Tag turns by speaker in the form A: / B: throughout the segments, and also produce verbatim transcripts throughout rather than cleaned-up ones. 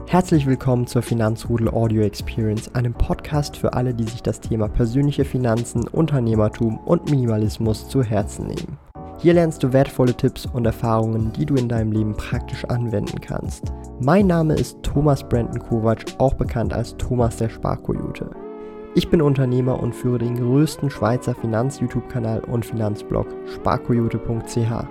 A: Herzlich willkommen zur Finanzrudel Audio Experience, einem Podcast für alle, die sich das Thema persönliche Finanzen, Unternehmertum und Minimalismus zu Herzen nehmen. Hier lernst du wertvolle Tipps und Erfahrungen, die du in deinem Leben praktisch anwenden kannst. Mein Name ist Thomas Brandon Kovac, auch bekannt als Thomas der Sparkoyote. Ich bin Unternehmer und führe den größten Schweizer Finanz-YouTube-Kanal und Finanzblog sparkoyote punkt c h.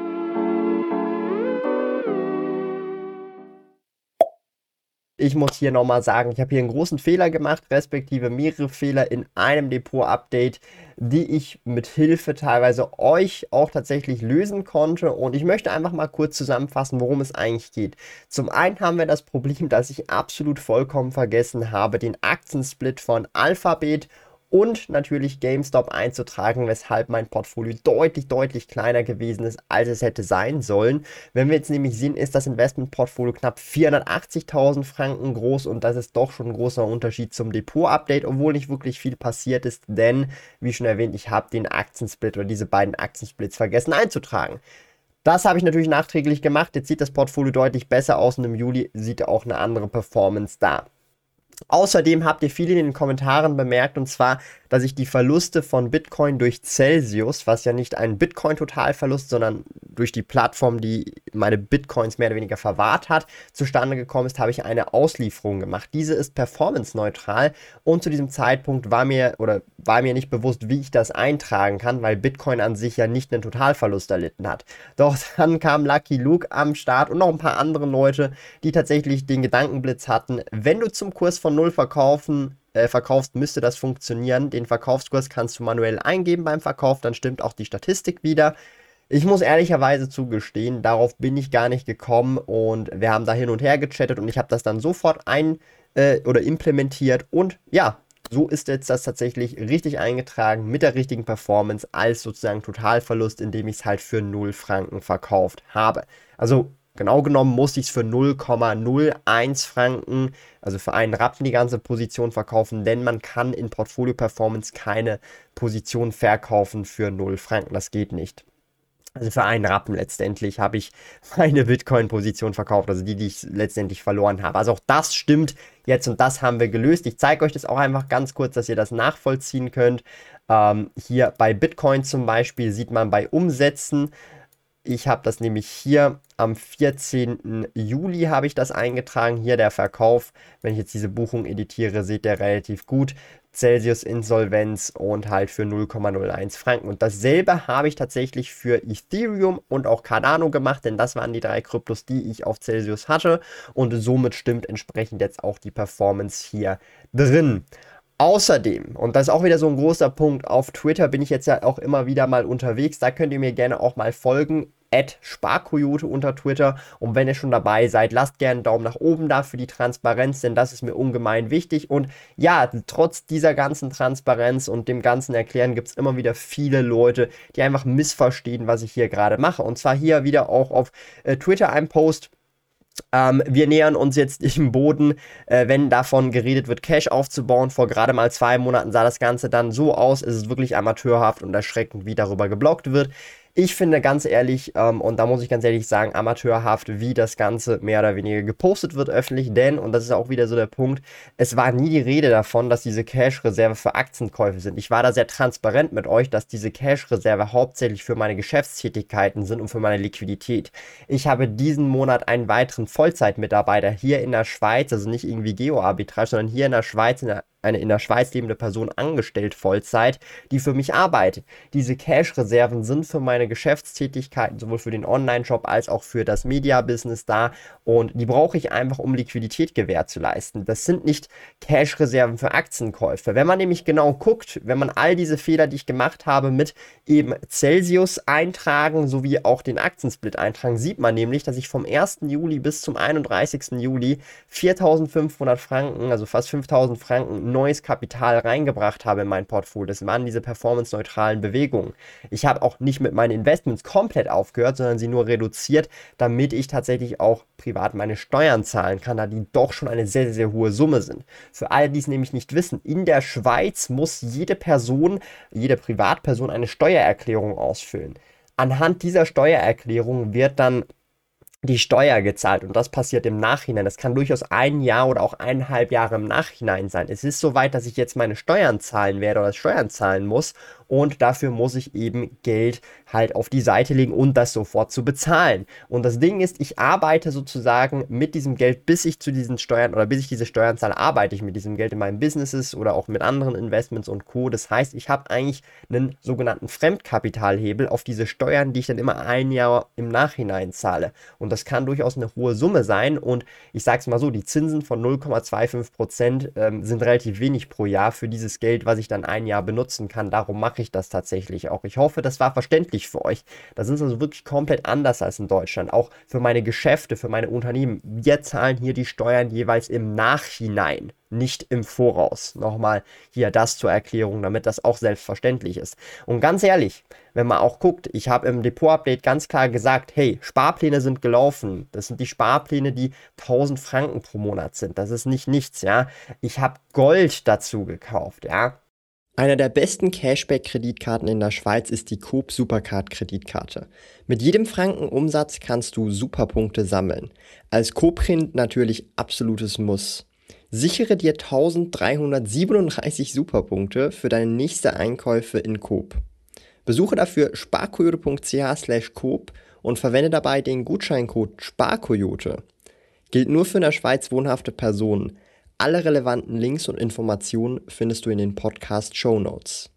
A: Ich muss hier nochmal sagen, ich habe hier einen großen Fehler gemacht, respektive mehrere Fehler in einem Depot-Update, die ich mit Hilfe teilweise euch auch tatsächlich lösen konnte. Und ich möchte einfach mal kurz zusammenfassen, worum es eigentlich geht. Zum einen haben wir das Problem, dass ich absolut vollkommen vergessen habe, den Aktiensplit von Alphabet und natürlich GameStop einzutragen, weshalb mein Portfolio deutlich, deutlich kleiner gewesen ist, als es hätte sein sollen. Wenn wir jetzt nämlich sehen, ist das Investmentportfolio knapp vierhundertachtzigtausend Franken groß und das ist doch schon ein großer Unterschied zum Depot-Update, obwohl nicht wirklich viel passiert ist, denn, wie schon erwähnt, ich habe den Aktiensplit oder diese beiden Aktiensplits vergessen einzutragen. Das habe ich natürlich nachträglich gemacht. Jetzt sieht das Portfolio deutlich besser aus und im Juli sieht auch eine andere Performance da. Außerdem habt ihr viele in den Kommentaren bemerkt, und zwar, dass ich die Verluste von Bitcoin durch Celsius, was ja nicht ein Bitcoin-Totalverlust, sondern durch die Plattform, die meine Bitcoins mehr oder weniger verwahrt hat, zustande gekommen ist, habe ich eine Auslieferung gemacht. Diese ist performance-neutral und zu diesem Zeitpunkt war mir oder war mir nicht bewusst, wie ich das eintragen kann, weil Bitcoin an sich ja nicht einen Totalverlust erlitten hat. Doch dann kam Lucky Luke am Start und noch ein paar andere Leute, die tatsächlich den Gedankenblitz hatten, wenn du zum Kurs von null verkaufen äh, verkaufst, müsste das funktionieren. Den Verkaufskurs kannst du manuell eingeben beim Verkauf, dann stimmt auch die Statistik wieder. Ich muss ehrlicherweise zugestehen, darauf bin ich gar nicht gekommen und wir haben da hin und her gechattet und ich habe das dann sofort ein- äh, oder implementiert und ja, so ist jetzt das tatsächlich richtig eingetragen mit der richtigen Performance als sozusagen Totalverlust, indem ich es halt für null Franken verkauft habe. Also genau genommen muss ich es für null Komma null eins Franken, also für einen Rappen die ganze Position verkaufen, denn man kann in Portfolio Performance keine Position verkaufen für null Franken, das geht nicht. Also für einen Rappen letztendlich habe ich meine Bitcoin-Position verkauft, also die, die ich letztendlich verloren habe. Also auch das stimmt jetzt und das haben wir gelöst. Ich zeige euch das auch einfach ganz kurz, dass ihr das nachvollziehen könnt. Ähm, hier bei Bitcoin zum Beispiel sieht man bei Umsätzen, ich habe das nämlich hier am vierzehnten Juli habe ich das eingetragen. Hier der Verkauf. Wenn ich jetzt diese Buchung editiere, seht ihr relativ gut. Celsius Insolvenz und halt für null Komma null eins Franken. Und dasselbe habe ich tatsächlich für Ethereum und auch Cardano gemacht, denn das waren die drei Kryptos, die ich auf Celsius hatte. Und somit stimmt entsprechend jetzt auch die Performance hier drin. Außerdem, und das ist auch wieder so ein großer Punkt, auf Twitter bin ich jetzt ja auch immer wieder mal unterwegs, da könnt ihr mir gerne auch mal folgen, at sparkoyote unter Twitter, und wenn ihr schon dabei seid, lasst gerne einen Daumen nach oben da für die Transparenz, denn das ist mir ungemein wichtig und ja, trotz dieser ganzen Transparenz und dem ganzen Erklären gibt es immer wieder viele Leute, die einfach missverstehen, was ich hier gerade mache, und zwar hier wieder auch auf äh, Twitter ein Post. Ähm, wir nähern uns jetzt im Boden, äh, wenn davon geredet wird, Cash aufzubauen. Vor gerade mal zwei Monaten sah das Ganze dann so aus. Es ist wirklich amateurhaft und erschreckend, wie darüber geblockt wird. Ich finde ganz ehrlich, ähm, und da muss ich ganz ehrlich sagen, amateurhaft, wie das Ganze mehr oder weniger gepostet wird öffentlich, denn, und das ist auch wieder so der Punkt, es war nie die Rede davon, dass diese Cash-Reserve für Aktienkäufe sind. Ich war da sehr transparent mit euch, dass diese Cash-Reserve hauptsächlich für meine Geschäftstätigkeiten sind und für meine Liquidität. Ich habe diesen Monat einen weiteren Vollzeitmitarbeiter hier in der Schweiz, also nicht irgendwie Geo-Arbitrage, sondern hier in der Schweiz, in der eine in der Schweiz lebende Person angestellt, Vollzeit, die für mich arbeitet. Diese Cash-Reserven sind für meine Geschäftstätigkeiten, sowohl für den Online-Shop als auch für das Media-Business da und die brauche ich einfach, um Liquidität gewähr zu leisten. Das sind nicht Cash-Reserven für Aktienkäufe. Wenn man nämlich genau guckt, wenn man all diese Fehler, die ich gemacht habe, mit eben Celsius eintragen, sowie auch den Aktiensplit eintragen, sieht man nämlich, dass ich vom ersten Juli bis zum einunddreißigsten Juli viertausendfünfhundert Franken, also fast fünftausend Franken neues Kapital reingebracht habe in mein Portfolio. Das waren diese performance-neutralen Bewegungen. Ich habe auch nicht mit meinen Investments komplett aufgehört, sondern sie nur reduziert, damit ich tatsächlich auch privat meine Steuern zahlen kann, da die doch schon eine sehr, sehr, sehr hohe Summe sind. Für alle, die es nämlich nicht wissen, in der Schweiz muss jede Person, jede Privatperson eine Steuererklärung ausfüllen. Anhand dieser Steuererklärung wird dann die Steuer gezahlt und das passiert im Nachhinein. Das kann durchaus ein Jahr oder auch eineinhalb Jahre im Nachhinein sein. Es ist soweit, dass ich jetzt meine Steuern zahlen werde oder Steuern zahlen muss und dafür muss ich eben Geld halt auf die Seite legen und das sofort zu bezahlen. Und das Ding ist, ich arbeite sozusagen mit diesem Geld, bis ich zu diesen Steuern oder bis ich diese Steuern zahle, arbeite ich mit diesem Geld in meinen Businesses oder auch mit anderen Investments und Co. Das heißt, ich habe eigentlich einen sogenannten Fremdkapitalhebel auf diese Steuern, die ich dann immer ein Jahr im Nachhinein zahle. Und das kann durchaus eine hohe Summe sein. Und ich sage es mal so, die Zinsen von null Komma fünfundzwanzig Prozent ähm, sind relativ wenig pro Jahr für dieses Geld, was ich dann ein Jahr benutzen kann. Darum mache ich das tatsächlich auch. Ich hoffe, das war verständlich für euch. Das ist also wirklich komplett anders als in Deutschland. Auch für meine Geschäfte, für meine Unternehmen. Wir zahlen hier die Steuern jeweils im Nachhinein, nicht im Voraus. Nochmal hier das zur Erklärung, damit das auch selbstverständlich ist. Und ganz ehrlich, wenn man auch guckt, ich habe im Depot-Update ganz klar gesagt, hey, Sparpläne sind gelaufen. Das sind die Sparpläne, die tausend Franken pro Monat sind. Das ist nicht nichts, ja. Ich habe Gold dazu gekauft, ja. Einer der besten Cashback-Kreditkarten in der Schweiz ist die Coop Supercard-Kreditkarte. Mit jedem Franken Umsatz kannst du Superpunkte sammeln. Als Coop-Kind natürlich absolutes Muss. Sichere dir eintausenddreihundertsiebenunddreißig Superpunkte für deine nächste Einkäufe in Coop. Besuche dafür sparkoyote punkt c h slash coop und verwende dabei den Gutscheincode SPARKOYOTE. Gilt nur für in der Schweiz wohnhafte Personen. Alle relevanten Links und Informationen findest du in den Podcast-Shownotes.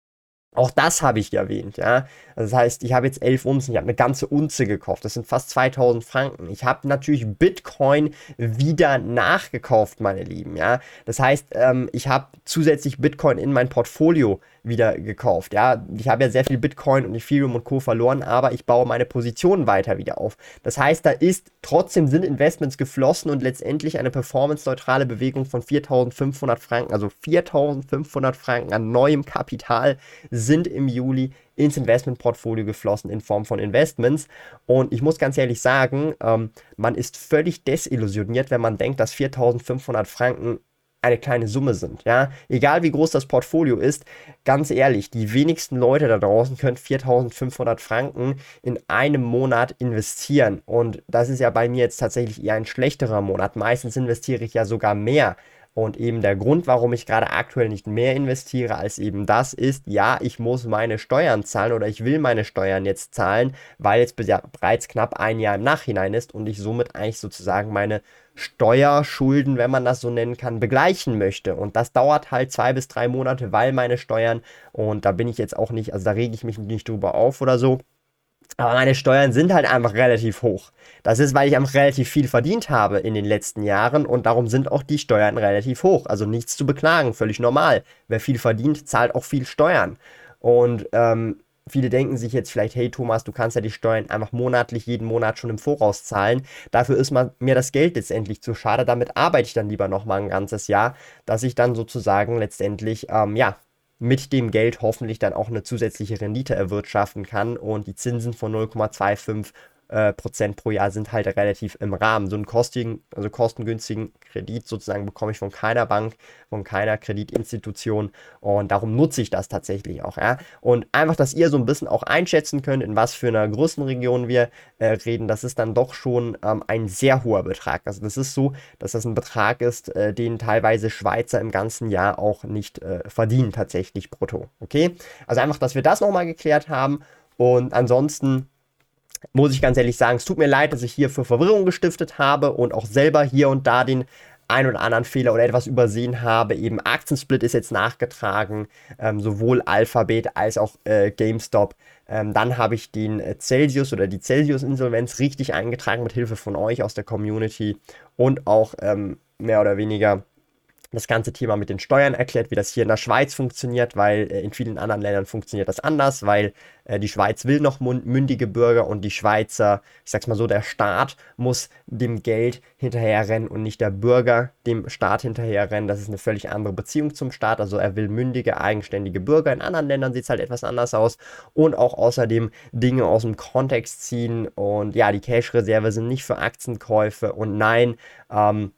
A: Auch das habe ich erwähnt, ja. Das heißt, ich habe jetzt elf Unzen, ich habe eine ganze Unze gekauft. Das sind fast zweitausend Franken. Ich habe natürlich Bitcoin wieder nachgekauft, meine Lieben, ja. Das heißt, ähm, ich habe zusätzlich Bitcoin in mein Portfolio wieder gekauft, ja. Ich habe ja sehr viel Bitcoin und Ethereum und Co. verloren, aber ich baue meine Positionen weiter wieder auf. Das heißt, da ist trotzdem sind Investments geflossen und letztendlich eine performance-neutrale Bewegung von viertausendfünfhundert Franken, also viertausendfünfhundert Franken an neuem Kapital sind im Juli ins Investmentportfolio geflossen in Form von Investments. Und ich muss ganz ehrlich sagen, ähm, man ist völlig desillusioniert, wenn man denkt, dass viertausendfünfhundert Franken eine kleine Summe sind, ja, egal wie groß das Portfolio ist, ganz ehrlich, die wenigsten Leute da draußen können viertausendfünfhundert Franken in einem Monat investieren und das ist ja bei mir jetzt tatsächlich eher ein schlechterer Monat, meistens investiere ich ja sogar mehr. Und eben der Grund, warum ich gerade aktuell nicht mehr investiere als eben das ist, ja, ich muss meine Steuern zahlen oder ich will meine Steuern jetzt zahlen, weil jetzt bereits knapp ein Jahr im Nachhinein ist und ich somit eigentlich sozusagen meine Steuerschulden, wenn man das so nennen kann, begleichen möchte. Und das dauert halt zwei bis drei Monate, weil meine Steuern, und da bin ich jetzt auch nicht, also da rege ich mich nicht drüber auf oder so, aber meine Steuern sind halt einfach relativ hoch. Das ist, weil ich einfach relativ viel verdient habe in den letzten Jahren und darum sind auch die Steuern relativ hoch. Also nichts zu beklagen, völlig normal. Wer viel verdient, zahlt auch viel Steuern. Und ähm, viele denken sich jetzt vielleicht, hey Thomas, du kannst ja die Steuern einfach monatlich, jeden Monat schon im Voraus zahlen. Dafür ist man, mir das Geld letztendlich zu schade. Damit arbeite ich dann lieber nochmal ein ganzes Jahr, dass ich dann sozusagen letztendlich, ähm, ja, mit dem Geld hoffentlich dann auch eine zusätzliche Rendite erwirtschaften kann und die Zinsen von null Komma fünfundzwanzig äh, Prozent pro Jahr sind halt relativ im Rahmen. So einen kostigen, also kostengünstigen Kredit sozusagen bekomme ich von keiner Bank, von keiner Kreditinstitution und darum nutze ich das tatsächlich auch, ja. Und einfach, dass ihr so ein bisschen auch einschätzen könnt, in was für einer Größenregion wir äh, reden, das ist dann doch schon ähm, ein sehr hoher Betrag. Also das ist so, dass das ein Betrag ist, äh, den teilweise Schweizer im ganzen Jahr auch nicht äh, verdienen tatsächlich brutto, okay? Also einfach, dass wir das nochmal geklärt haben und ansonsten muss ich ganz ehrlich sagen, es tut mir leid, dass ich hier für Verwirrung gestiftet habe und auch selber hier und da den ein oder anderen Fehler oder etwas übersehen habe. Eben Aktiensplit ist jetzt nachgetragen, ähm, sowohl Alphabet als auch äh, GameStop. Ähm, dann habe ich den äh, Celsius oder die Celsius-Insolvenz richtig eingetragen mit Hilfe von euch aus der Community und auch ähm, mehr oder weniger das ganze Thema mit den Steuern erklärt, wie das hier in der Schweiz funktioniert, weil äh, in vielen anderen Ländern funktioniert das anders, weil äh, die Schweiz will noch mündige Bürger und die Schweizer, ich sag's mal so, der Staat muss dem Geld hinterherrennen und nicht der Bürger dem Staat hinterherrennen. Das ist eine völlig andere Beziehung zum Staat, also er will mündige, eigenständige Bürger. In anderen Ländern sieht es halt etwas anders aus und auch außerdem Dinge aus dem Kontext ziehen und ja, die Cash-Reserve sind nicht für Aktienkäufe und nein, ähm,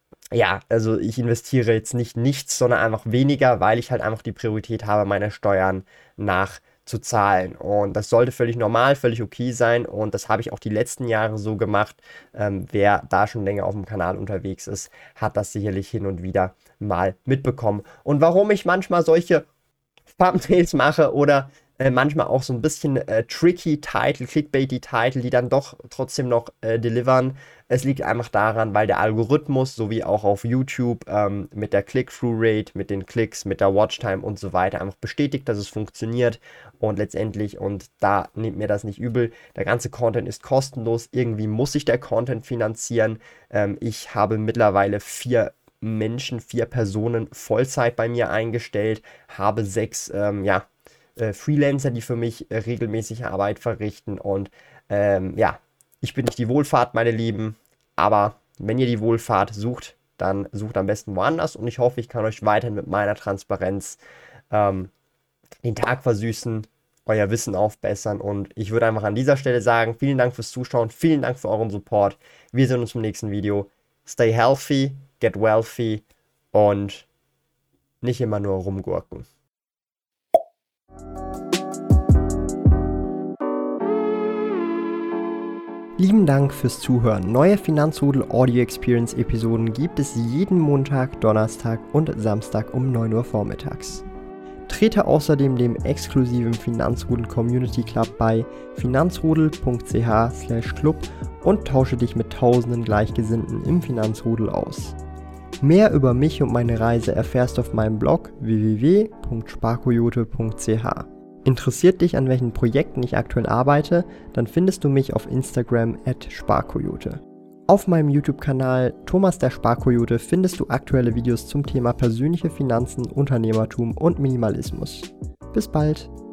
A: ja, also ich investiere jetzt nicht nichts, sondern einfach weniger, weil ich halt einfach die Priorität habe, meine Steuern nach zu zahlen. Und das sollte völlig normal, völlig okay sein. Und das habe ich auch die letzten Jahre so gemacht. Ähm, wer da schon länger auf dem Kanal unterwegs ist, hat das sicherlich hin und wieder mal mitbekommen. Und warum ich manchmal solche Thumbnails mache oder äh, manchmal auch so ein bisschen äh, tricky Titel, clickbaity Titel, die dann doch trotzdem noch äh, delivern. Es liegt einfach daran, weil der Algorithmus, sowie auch auf YouTube ähm, mit der Click-Through-Rate, mit den Klicks, mit der Watchtime und so weiter einfach bestätigt, dass es funktioniert. Und letztendlich, und da nehmt mir das nicht übel, der ganze Content ist kostenlos. Irgendwie muss sich der Content finanzieren. Ähm, ich habe mittlerweile vier Menschen, vier Personen Vollzeit bei mir eingestellt, habe sechs, ähm, ja, äh, Freelancer, die für mich äh, regelmäßig Arbeit verrichten und ähm, ja, ich bin nicht die Wohlfahrt, meine Lieben, aber wenn ihr die Wohlfahrt sucht, dann sucht am besten woanders und ich hoffe, ich kann euch weiterhin mit meiner Transparenz ähm, den Tag versüßen, euer Wissen aufbessern und ich würde einfach an dieser Stelle sagen, vielen Dank fürs Zuschauen, vielen Dank für euren Support, wir sehen uns im nächsten Video, stay healthy, get wealthy und nicht immer nur rumgurken. Lieben Dank fürs Zuhören. Neue Finanzrudel Audio Experience Episoden gibt es jeden Montag, Donnerstag und Samstag um neun Uhr vormittags. Trete außerdem dem exklusiven Finanzrudel Community Club bei finanzrudel punkt c h slash club und tausche dich mit tausenden Gleichgesinnten im Finanzrudel aus. Mehr über mich und meine Reise erfährst du auf meinem Blog w w w punkt sparkoyote punkt c h. Interessiert dich, an welchen Projekten ich aktuell arbeite, dann findest du mich auf Instagram at sparkoyote. Auf meinem YouTube-Kanal Thomas der Sparkoyote findest du aktuelle Videos zum Thema persönliche Finanzen, Unternehmertum und Minimalismus. Bis bald!